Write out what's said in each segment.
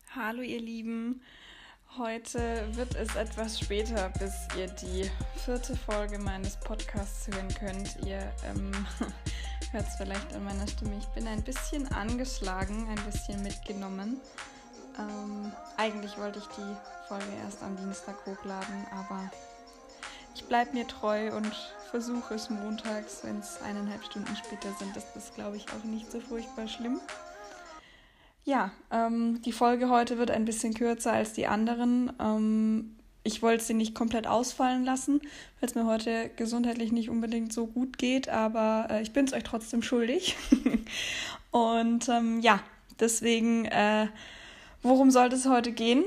Hallo ihr Lieben, heute wird es etwas später, bis ihr die 4. Folge meines Podcasts hören könnt. Ihr hört es vielleicht an meiner Stimme, ich bin ein bisschen angeschlagen, ein bisschen mitgenommen. Eigentlich wollte ich die Folge erst am Dienstag hochladen, aber ich bleibe mir treu und versuche es montags, wenn es 1,5 Stunden später sind. Das ist, glaube ich, auch nicht so furchtbar schlimm. Ja, die Folge heute wird ein bisschen kürzer als die anderen. Ich wollte sie nicht komplett ausfallen lassen, weil es mir heute gesundheitlich nicht unbedingt so gut geht, aber ich bin es euch trotzdem schuldig. Und deswegen, worum sollte es heute gehen?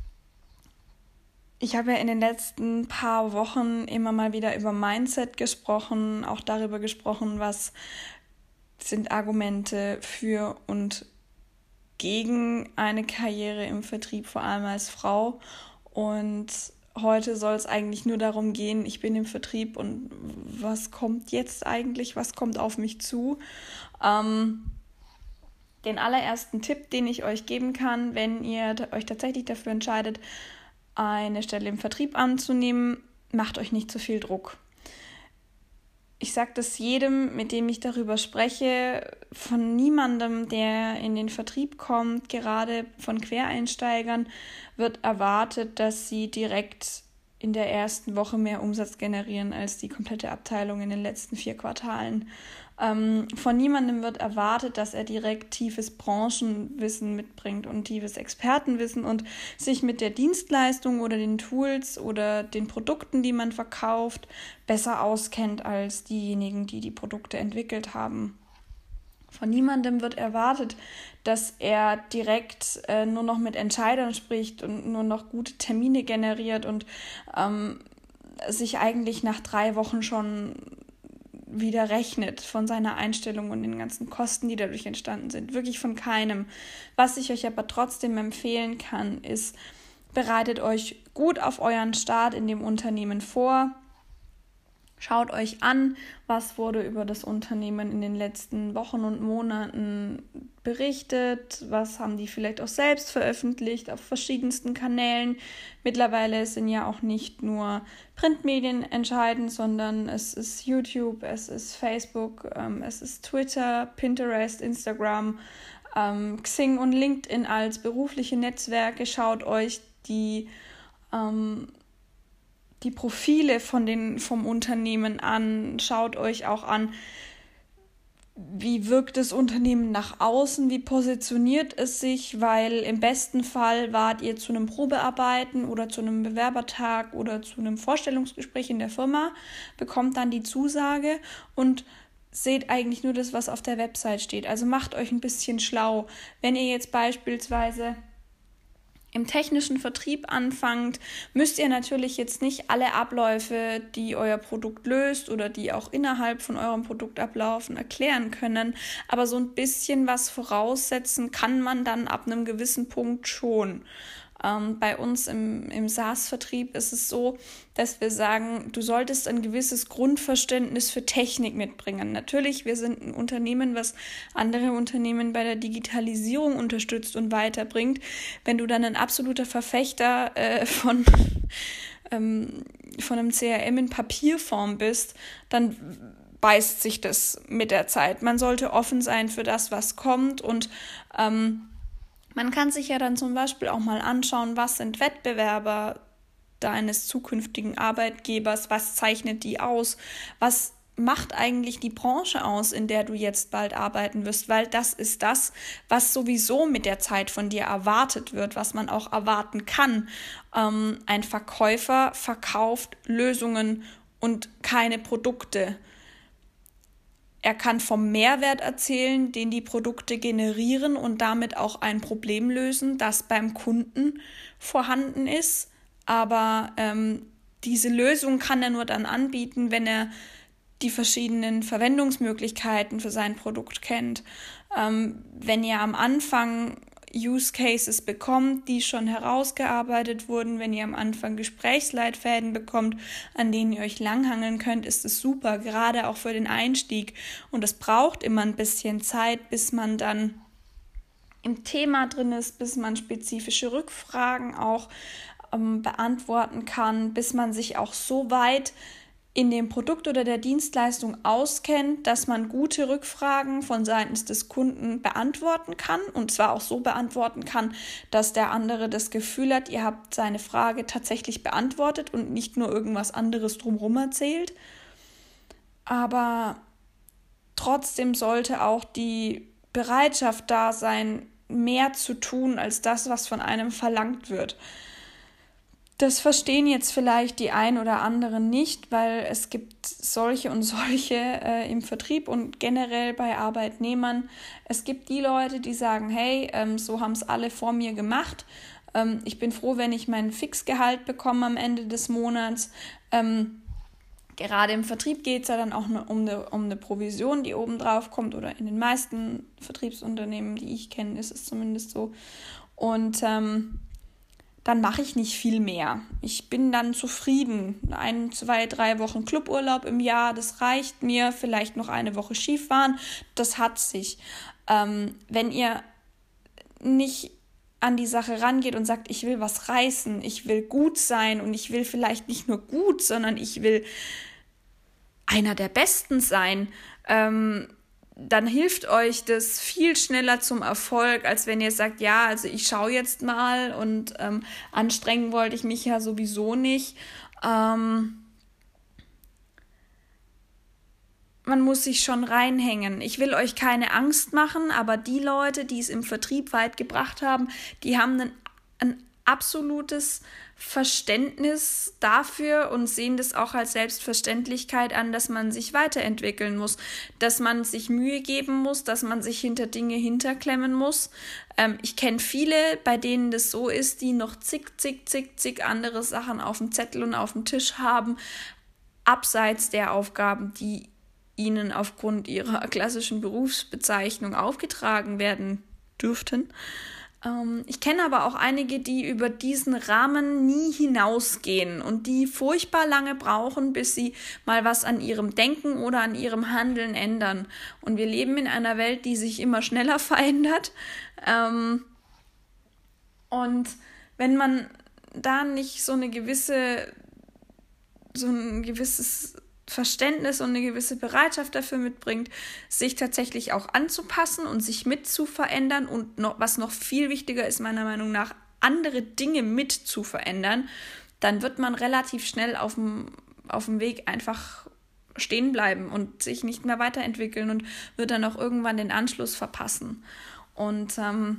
Ich habe ja in den letzten paar Wochen immer mal wieder über Mindset gesprochen, auch darüber gesprochen, was sind Argumente für und gegen eine Karriere im Vertrieb, vor allem als Frau. Und heute soll es eigentlich nur darum gehen, ich bin im Vertrieb und was kommt jetzt eigentlich, was kommt auf mich zu. Den allerersten Tipp, den ich euch geben kann, wenn ihr euch tatsächlich dafür entscheidet, eine Stelle im Vertrieb anzunehmen, macht euch nicht zu viel Druck. Ich sage das jedem, mit dem ich darüber spreche, von niemandem, der in den Vertrieb kommt, gerade von Quereinsteigern, wird erwartet, dass sie direkt in der ersten Woche mehr Umsatz generieren als die komplette Abteilung in den letzten 4 Quartalen. Von niemandem wird erwartet, dass er direkt tiefes Branchenwissen mitbringt und tiefes Expertenwissen und sich mit der Dienstleistung oder den Tools oder den Produkten, die man verkauft, besser auskennt als diejenigen, die die Produkte entwickelt haben. Von niemandem wird erwartet, dass er direkt nur noch mit Entscheidern spricht und nur noch gute Termine generiert und sich eigentlich nach 3 Wochen schon wieder rechnet von seiner Einstellung und den ganzen Kosten, die dadurch entstanden sind. Wirklich von keinem. Was ich euch aber trotzdem empfehlen kann, ist, bereitet euch gut auf euren Start in dem Unternehmen vor. Schaut euch an, was wurde über das Unternehmen in den letzten Wochen und Monaten berichtet, was haben die vielleicht auch selbst veröffentlicht auf verschiedensten Kanälen. Mittlerweile sind ja auch nicht nur Printmedien entscheidend, sondern es ist YouTube, es ist Facebook, es ist Twitter, Pinterest, Instagram, Xing und LinkedIn als berufliche Netzwerke. Schaut euch die Profile vom Unternehmen an, schaut euch auch an, wie wirkt das Unternehmen nach außen, wie positioniert es sich, weil im besten Fall wart ihr zu einem Probearbeiten oder zu einem Bewerbertag oder zu einem Vorstellungsgespräch in der Firma, bekommt dann die Zusage und seht eigentlich nur das, was auf der Website steht. Also macht euch ein bisschen schlau. Wenn ihr jetzt beispielsweise im technischen Vertrieb anfangt, müsst ihr natürlich jetzt nicht alle Abläufe, die euer Produkt löst oder die auch innerhalb von eurem Produkt ablaufen, erklären können. Aber so ein bisschen was voraussetzen kann man dann ab einem gewissen Punkt schon. Bei uns im SaaS-Vertrieb ist es so, dass wir sagen, du solltest ein gewisses Grundverständnis für Technik mitbringen. Natürlich, wir sind ein Unternehmen, was andere Unternehmen bei der Digitalisierung unterstützt und weiterbringt. Wenn du dann ein absoluter Verfechter von einem CRM in Papierform bist, dann beißt sich das mit der Zeit. Man sollte offen sein für das, was kommt und man kann sich ja dann zum Beispiel auch mal anschauen, was sind Wettbewerber deines zukünftigen Arbeitgebers, was zeichnet die aus, was macht eigentlich die Branche aus, in der du jetzt bald arbeiten wirst, weil das ist das, was sowieso mit der Zeit von dir erwartet wird, was man auch erwarten kann. Ein Verkäufer verkauft Lösungen und keine Produkte. Er kann vom Mehrwert erzählen, den die Produkte generieren und damit auch ein Problem lösen, das beim Kunden vorhanden ist. Aber diese Lösung kann er nur dann anbieten, wenn er die verschiedenen Verwendungsmöglichkeiten für sein Produkt kennt. Wenn ihr am Anfang Use Cases bekommt, die schon herausgearbeitet wurden, wenn ihr am Anfang Gesprächsleitfäden bekommt, an denen ihr euch langhangeln könnt, ist es super, gerade auch für den Einstieg. Und es braucht immer ein bisschen Zeit, bis man dann im Thema drin ist, bis man spezifische Rückfragen auch beantworten kann, bis man sich auch so weit in dem Produkt oder der Dienstleistung auskennt, dass man gute Rückfragen von seitens des Kunden beantworten kann und zwar auch so beantworten kann, dass der andere das Gefühl hat, ihr habt seine Frage tatsächlich beantwortet und nicht nur irgendwas anderes drumherum erzählt. Aber trotzdem sollte auch die Bereitschaft da sein, mehr zu tun als das, was von einem verlangt wird. Das verstehen jetzt vielleicht die ein oder anderen nicht, weil es gibt solche und solche im Vertrieb und generell bei Arbeitnehmern. Es gibt die Leute, die sagen, hey, so haben es alle vor mir gemacht. Ich bin froh, wenn ich mein Fixgehalt bekomme am Ende des Monats. Gerade im Vertrieb geht es ja dann auch um eine Provision, die oben drauf kommt, oder in den meisten Vertriebsunternehmen, die ich kenne, ist es zumindest so. Und dann mache ich nicht viel mehr. Ich bin dann zufrieden. 1, 2, 3 Wochen Cluburlaub im Jahr, das reicht mir. Vielleicht noch eine Woche Skifahren, das hat sich. Wenn ihr nicht an die Sache rangeht und sagt, ich will was reißen, ich will gut sein und ich will vielleicht nicht nur gut, sondern ich will einer der Besten sein, dann hilft euch das viel schneller zum Erfolg, als wenn ihr sagt, ja, also ich schaue jetzt mal und anstrengen wollte ich mich ja sowieso nicht. Man muss sich schon reinhängen. Ich will euch keine Angst machen, aber die Leute, die es im Vertrieb weit gebracht haben, die haben ein absolutes Verständnis dafür und sehen das auch als Selbstverständlichkeit an, dass man sich weiterentwickeln muss, dass man sich Mühe geben muss, dass man sich hinter Dinge hinterklemmen muss. Ich kenne viele, bei denen das so ist, die noch zig andere Sachen auf dem Zettel und auf dem Tisch haben, abseits der Aufgaben, die ihnen aufgrund ihrer klassischen Berufsbezeichnung aufgetragen werden dürften. Ich kenne aber auch einige, die über diesen Rahmen nie hinausgehen und die furchtbar lange brauchen, bis sie mal was an ihrem Denken oder an ihrem Handeln ändern. Und wir leben in einer Welt, die sich immer schneller verändert. Und wenn man da nicht so ein gewisses Verständnis und eine gewisse Bereitschaft dafür mitbringt, sich tatsächlich auch anzupassen und sich mit zu verändern und was noch viel wichtiger ist, meiner Meinung nach, andere Dinge mit zu verändern, dann wird man relativ schnell auf dem Weg einfach stehen bleiben und sich nicht mehr weiterentwickeln und wird dann auch irgendwann den Anschluss verpassen. Und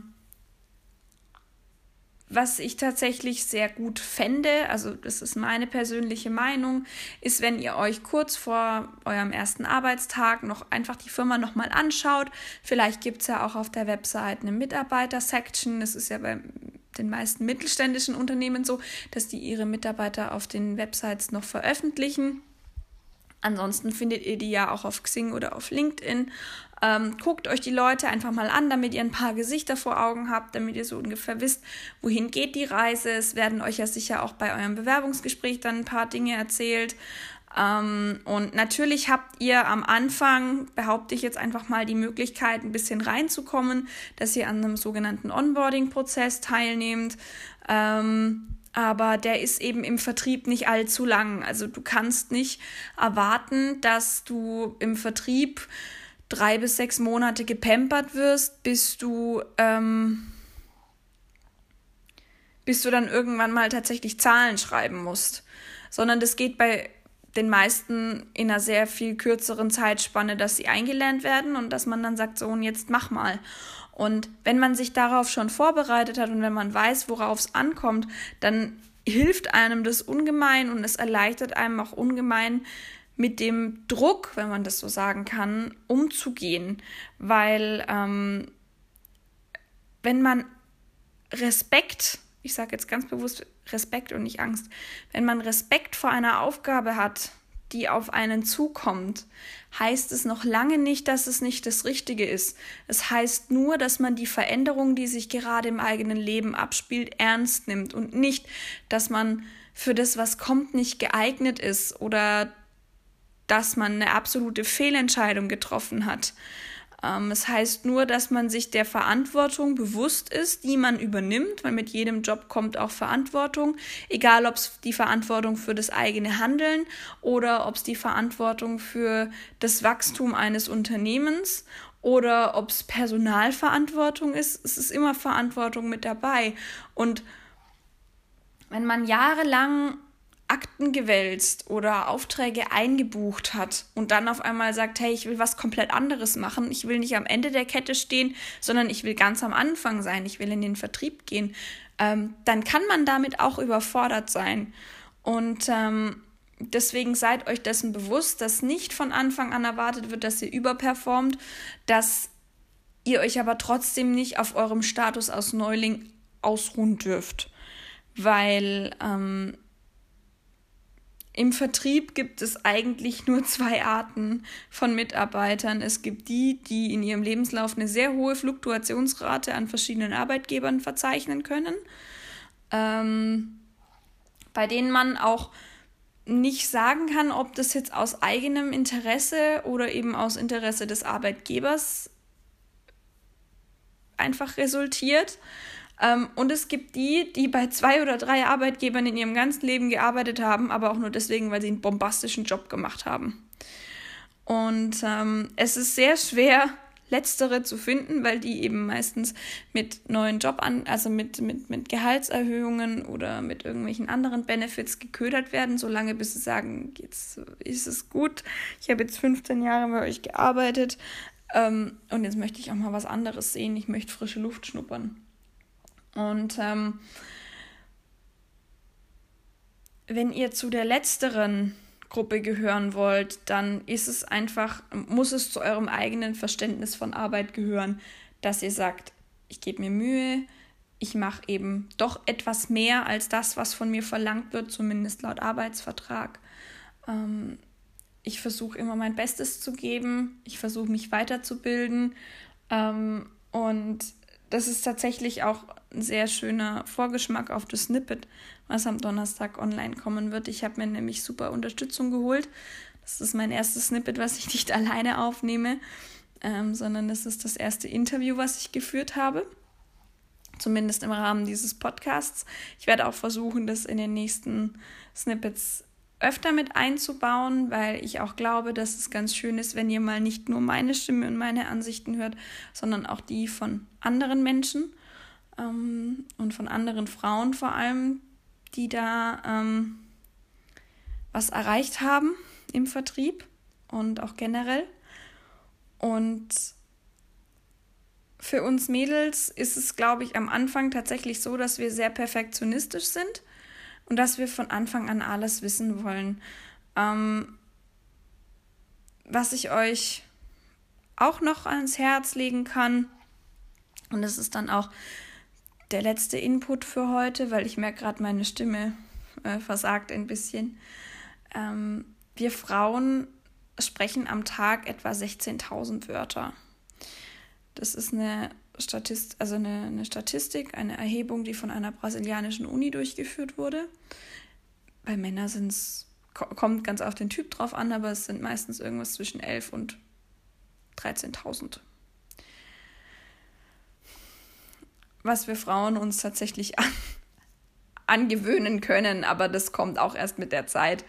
was ich tatsächlich sehr gut fände, also das ist meine persönliche Meinung, ist, wenn ihr euch kurz vor eurem ersten Arbeitstag noch einfach die Firma nochmal anschaut. Vielleicht gibt es ja auch auf der Website eine Mitarbeiter-Section. Das ist ja bei den meisten mittelständischen Unternehmen so, dass die ihre Mitarbeiter auf den Websites noch veröffentlichen. Ansonsten findet ihr die ja auch auf Xing oder auf LinkedIn. Guckt euch die Leute einfach mal an, damit ihr ein paar Gesichter vor Augen habt, damit ihr so ungefähr wisst, wohin geht die Reise. Es werden euch ja sicher auch bei eurem Bewerbungsgespräch dann ein paar Dinge erzählt. Und natürlich habt ihr am Anfang, behaupte ich jetzt einfach mal, die Möglichkeit, ein bisschen reinzukommen, dass ihr an einem sogenannten Onboarding-Prozess teilnehmt. Aber der ist eben im Vertrieb nicht allzu lang. Also du kannst nicht erwarten, dass du im Vertrieb 3 bis 6 Monate gepampert wirst, bis du dann irgendwann mal tatsächlich Zahlen schreiben musst. Sondern das geht bei den meisten in einer sehr viel kürzeren Zeitspanne, dass sie eingelernt werden und dass man dann sagt, so und jetzt mach mal. Und wenn man sich darauf schon vorbereitet hat und wenn man weiß, worauf es ankommt, dann hilft einem das ungemein und es erleichtert einem auch ungemein, mit dem Druck, wenn man das so sagen kann, umzugehen. Weil wenn man Respekt, ich sage jetzt ganz bewusst Respekt und nicht Angst, wenn man Respekt vor einer Aufgabe hat, die auf einen zukommt, heißt es noch lange nicht, dass es nicht das Richtige ist. Es heißt nur, dass man die Veränderung, die sich gerade im eigenen Leben abspielt, ernst nimmt und nicht, dass man für das, was kommt, nicht geeignet ist oder dass man eine absolute Fehlentscheidung getroffen hat. Es heißt nur, dass man sich der Verantwortung bewusst ist, die man übernimmt, weil mit jedem Job kommt auch Verantwortung, egal ob es die Verantwortung für das eigene Handeln oder ob es die Verantwortung für das Wachstum eines Unternehmens oder ob es Personalverantwortung ist. Es ist immer Verantwortung mit dabei. Und wenn man jahrelang Akten gewälzt oder Aufträge eingebucht hat und dann auf einmal sagt, hey, ich will was komplett anderes machen, ich will nicht am Ende der Kette stehen, sondern ich will ganz am Anfang sein, ich will in den Vertrieb gehen, dann kann man damit auch überfordert sein. Und deswegen seid euch dessen bewusst, dass nicht von Anfang an erwartet wird, dass ihr überperformt, dass ihr euch aber trotzdem nicht auf eurem Status als Neuling ausruhen dürft, weil im Vertrieb gibt es eigentlich nur 2 Arten von Mitarbeitern. Es gibt die in ihrem Lebenslauf eine sehr hohe Fluktuationsrate an verschiedenen Arbeitgebern verzeichnen können, bei denen man auch nicht sagen kann, ob das jetzt aus eigenem Interesse oder eben aus Interesse des Arbeitgebers einfach resultiert. Und es gibt die bei 2 oder 3 Arbeitgebern in ihrem ganzen Leben gearbeitet haben, aber auch nur deswegen, weil sie einen bombastischen Job gemacht haben. Und es ist sehr schwer, letztere zu finden, weil die eben meistens mit neuen also mit Gehaltserhöhungen oder mit irgendwelchen anderen Benefits geködert werden, solange bis sie sagen, jetzt ist es gut, ich habe jetzt 15 Jahre bei euch gearbeitet und jetzt möchte ich auch mal was anderes sehen, ich möchte frische Luft schnuppern. Und wenn ihr zu der letzteren Gruppe gehören wollt, dann muss es zu eurem eigenen Verständnis von Arbeit gehören, dass ihr sagt, ich gebe mir Mühe, ich mache eben doch etwas mehr als das, was von mir verlangt wird, zumindest laut Arbeitsvertrag. Ich versuche immer mein Bestes zu geben, ich versuche mich weiterzubilden und das ist tatsächlich auch ein sehr schöner Vorgeschmack auf das Snippet, was am Donnerstag online kommen wird. Ich habe mir nämlich super Unterstützung geholt. Das ist mein erstes Snippet, was ich nicht alleine aufnehme, sondern das ist das erste Interview, was ich geführt habe. Zumindest im Rahmen dieses Podcasts. Ich werde auch versuchen, das in den nächsten Snippets öfter mit einzubauen, weil ich auch glaube, dass es ganz schön ist, wenn ihr mal nicht nur meine Stimme und meine Ansichten hört, sondern auch die von anderen Menschen und von anderen Frauen vor allem, die da was erreicht haben im Vertrieb und auch generell. Und für uns Mädels ist es, glaube ich, am Anfang tatsächlich so, dass wir sehr perfektionistisch sind und dass wir von Anfang an alles wissen wollen. Was ich euch auch noch ans Herz legen kann, und das ist dann auch der letzte Input für heute, weil ich merke gerade, meine Stimme versagt ein bisschen. Wir Frauen sprechen am Tag etwa 16.000 Wörter. Das ist eine Statistik, eine Erhebung, die von einer brasilianischen Uni durchgeführt wurde. Bei Männern kommt ganz auf den Typ drauf an, aber es sind meistens irgendwas zwischen 11.000 und 13.000. Was wir Frauen uns tatsächlich angewöhnen können, aber das kommt auch erst mit der Zeit.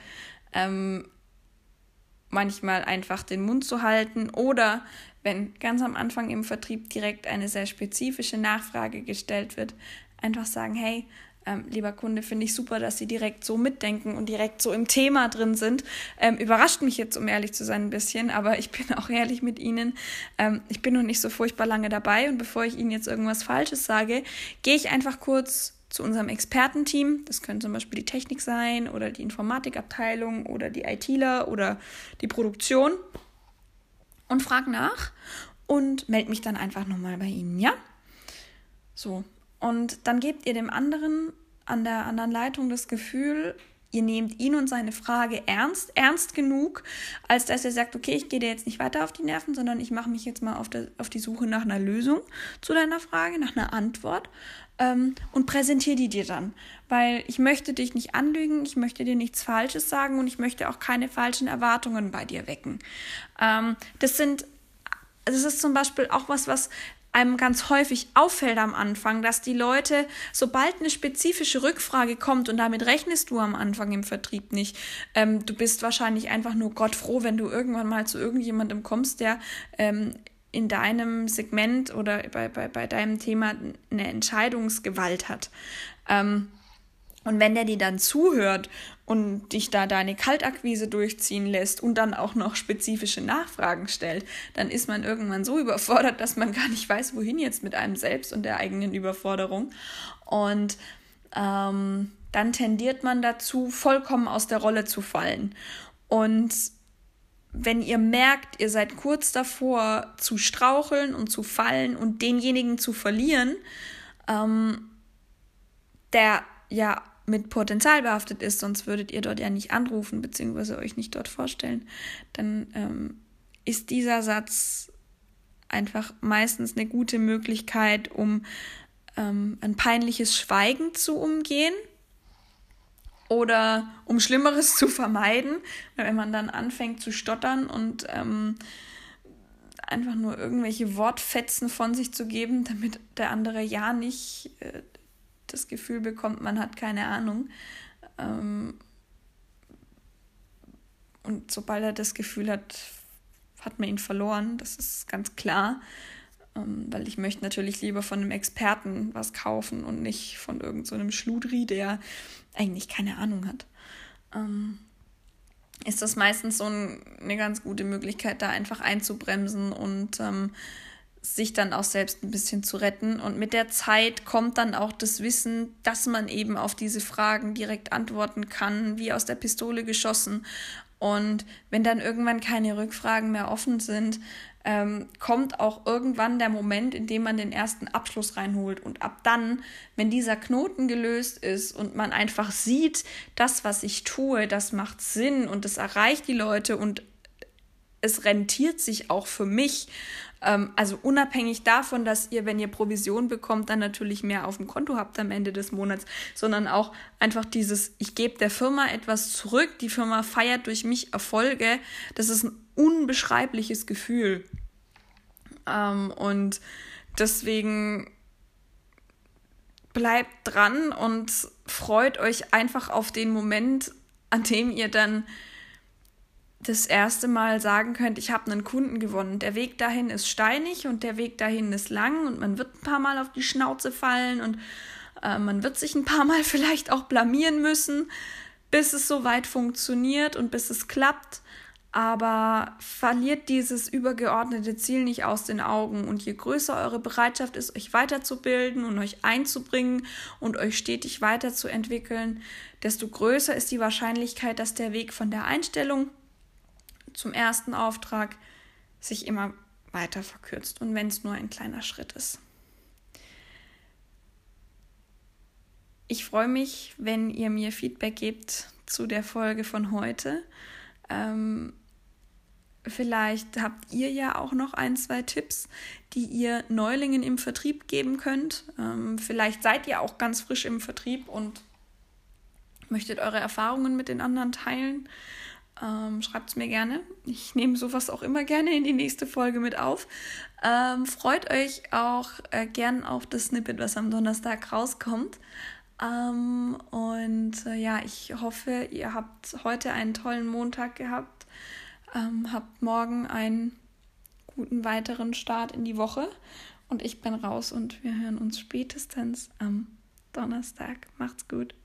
Manchmal einfach den Mund zu halten oder wenn ganz am Anfang im Vertrieb direkt eine sehr spezifische Nachfrage gestellt wird, einfach sagen, hey, lieber Kunde, finde ich super, dass Sie direkt so mitdenken und direkt so im Thema drin sind. Überrascht mich jetzt, um ehrlich zu sein, ein bisschen, aber ich bin auch ehrlich mit Ihnen. Ich bin noch nicht so furchtbar lange dabei und bevor ich Ihnen jetzt irgendwas Falsches sage, gehe ich einfach kurz zu unserem Expertenteam. Das können zum Beispiel die Technik sein oder die Informatikabteilung oder die ITler oder die Produktion und frage nach und melde mich dann einfach nochmal bei Ihnen, ja? So. Und dann gebt ihr dem anderen an der anderen Leitung das Gefühl, ihr nehmt ihn und seine Frage ernst genug, als dass ihr sagt, okay, ich gehe dir jetzt nicht weiter auf die Nerven, sondern ich mache mich jetzt mal auf die Suche nach einer Lösung zu deiner Frage, nach einer Antwort und präsentiere die dir dann. Weil ich möchte dich nicht anlügen, ich möchte dir nichts Falsches sagen und ich möchte auch keine falschen Erwartungen bei dir wecken. Das sind das ist zum Beispiel auch was einem ganz häufig auffällt am Anfang, dass die Leute, sobald eine spezifische Rückfrage kommt, und damit rechnest du am Anfang im Vertrieb nicht, du bist wahrscheinlich einfach nur Gott froh, wenn du irgendwann mal zu irgendjemandem kommst, der in deinem Segment oder bei deinem Thema eine Entscheidungsgewalt hat. Und wenn der dir dann zuhört und dich da deine Kaltakquise durchziehen lässt und dann auch noch spezifische Nachfragen stellt, dann ist man irgendwann so überfordert, dass man gar nicht weiß, wohin jetzt mit einem selbst und der eigenen Überforderung. Und dann tendiert man dazu, vollkommen aus der Rolle zu fallen. Und wenn ihr merkt, ihr seid kurz davor zu straucheln und zu fallen und denjenigen zu verlieren, der ja mit Potenzial behaftet ist, sonst würdet ihr dort ja nicht anrufen bzw. euch nicht dort vorstellen, dann ist dieser Satz einfach meistens eine gute Möglichkeit, um ein peinliches Schweigen zu umgehen oder um Schlimmeres zu vermeiden, weil wenn man dann anfängt zu stottern und einfach nur irgendwelche Wortfetzen von sich zu geben, damit der andere ja nicht das Gefühl bekommt, man hat keine Ahnung. Und sobald er das Gefühl hat, hat man ihn verloren, das ist ganz klar. Weil ich möchte natürlich lieber von einem Experten was kaufen und nicht von irgend so einem Schludri, der eigentlich keine Ahnung hat. Ist das meistens so eine ganz gute Möglichkeit, da einfach einzubremsen und sich dann auch selbst ein bisschen zu retten. Und mit der Zeit kommt dann auch das Wissen, dass man eben auf diese Fragen direkt antworten kann, wie aus der Pistole geschossen. Und wenn dann irgendwann keine Rückfragen mehr offen sind, kommt auch irgendwann der Moment, in dem man den ersten Abschluss reinholt. Und ab dann, wenn dieser Knoten gelöst ist und man einfach sieht, das, was ich tue, das macht Sinn und das erreicht die Leute und es rentiert sich auch für mich. Also unabhängig davon, dass ihr, wenn ihr Provision bekommt, dann natürlich mehr auf dem Konto habt am Ende des Monats, sondern auch einfach dieses, ich gebe der Firma etwas zurück, die Firma feiert durch mich Erfolge, das ist ein unbeschreibliches Gefühl. Und deswegen bleibt dran und freut euch einfach auf den Moment, an dem ihr dann das erste Mal sagen könnt, ich habe einen Kunden gewonnen. Der Weg dahin ist steinig und der Weg dahin ist lang und man wird ein paar Mal auf die Schnauze fallen und man wird sich ein paar Mal vielleicht auch blamieren müssen, bis es soweit funktioniert und bis es klappt. Aber verliert dieses übergeordnete Ziel nicht aus den Augen. Und je größer eure Bereitschaft ist, euch weiterzubilden und euch einzubringen und euch stetig weiterzuentwickeln, desto größer ist die Wahrscheinlichkeit, dass der Weg von der Einstellung zum ersten Auftrag sich immer weiter verkürzt. Und wenn es nur ein kleiner Schritt ist. Ich freue mich, wenn ihr mir Feedback gebt zu der Folge von heute. Vielleicht habt ihr ja auch noch 1-2 Tipps, die ihr Neulingen im Vertrieb geben könnt. Vielleicht seid ihr auch ganz frisch im Vertrieb und möchtet eure Erfahrungen mit den anderen teilen. Schreibt es mir gerne. Ich nehme sowas auch immer gerne in die nächste Folge mit auf. Freut euch auch gern auf das Snippet, was am Donnerstag rauskommt. Ich hoffe, ihr habt heute einen tollen Montag gehabt. Habt morgen einen guten weiteren Start in die Woche. Und ich bin raus und wir hören uns spätestens am Donnerstag. Macht's gut.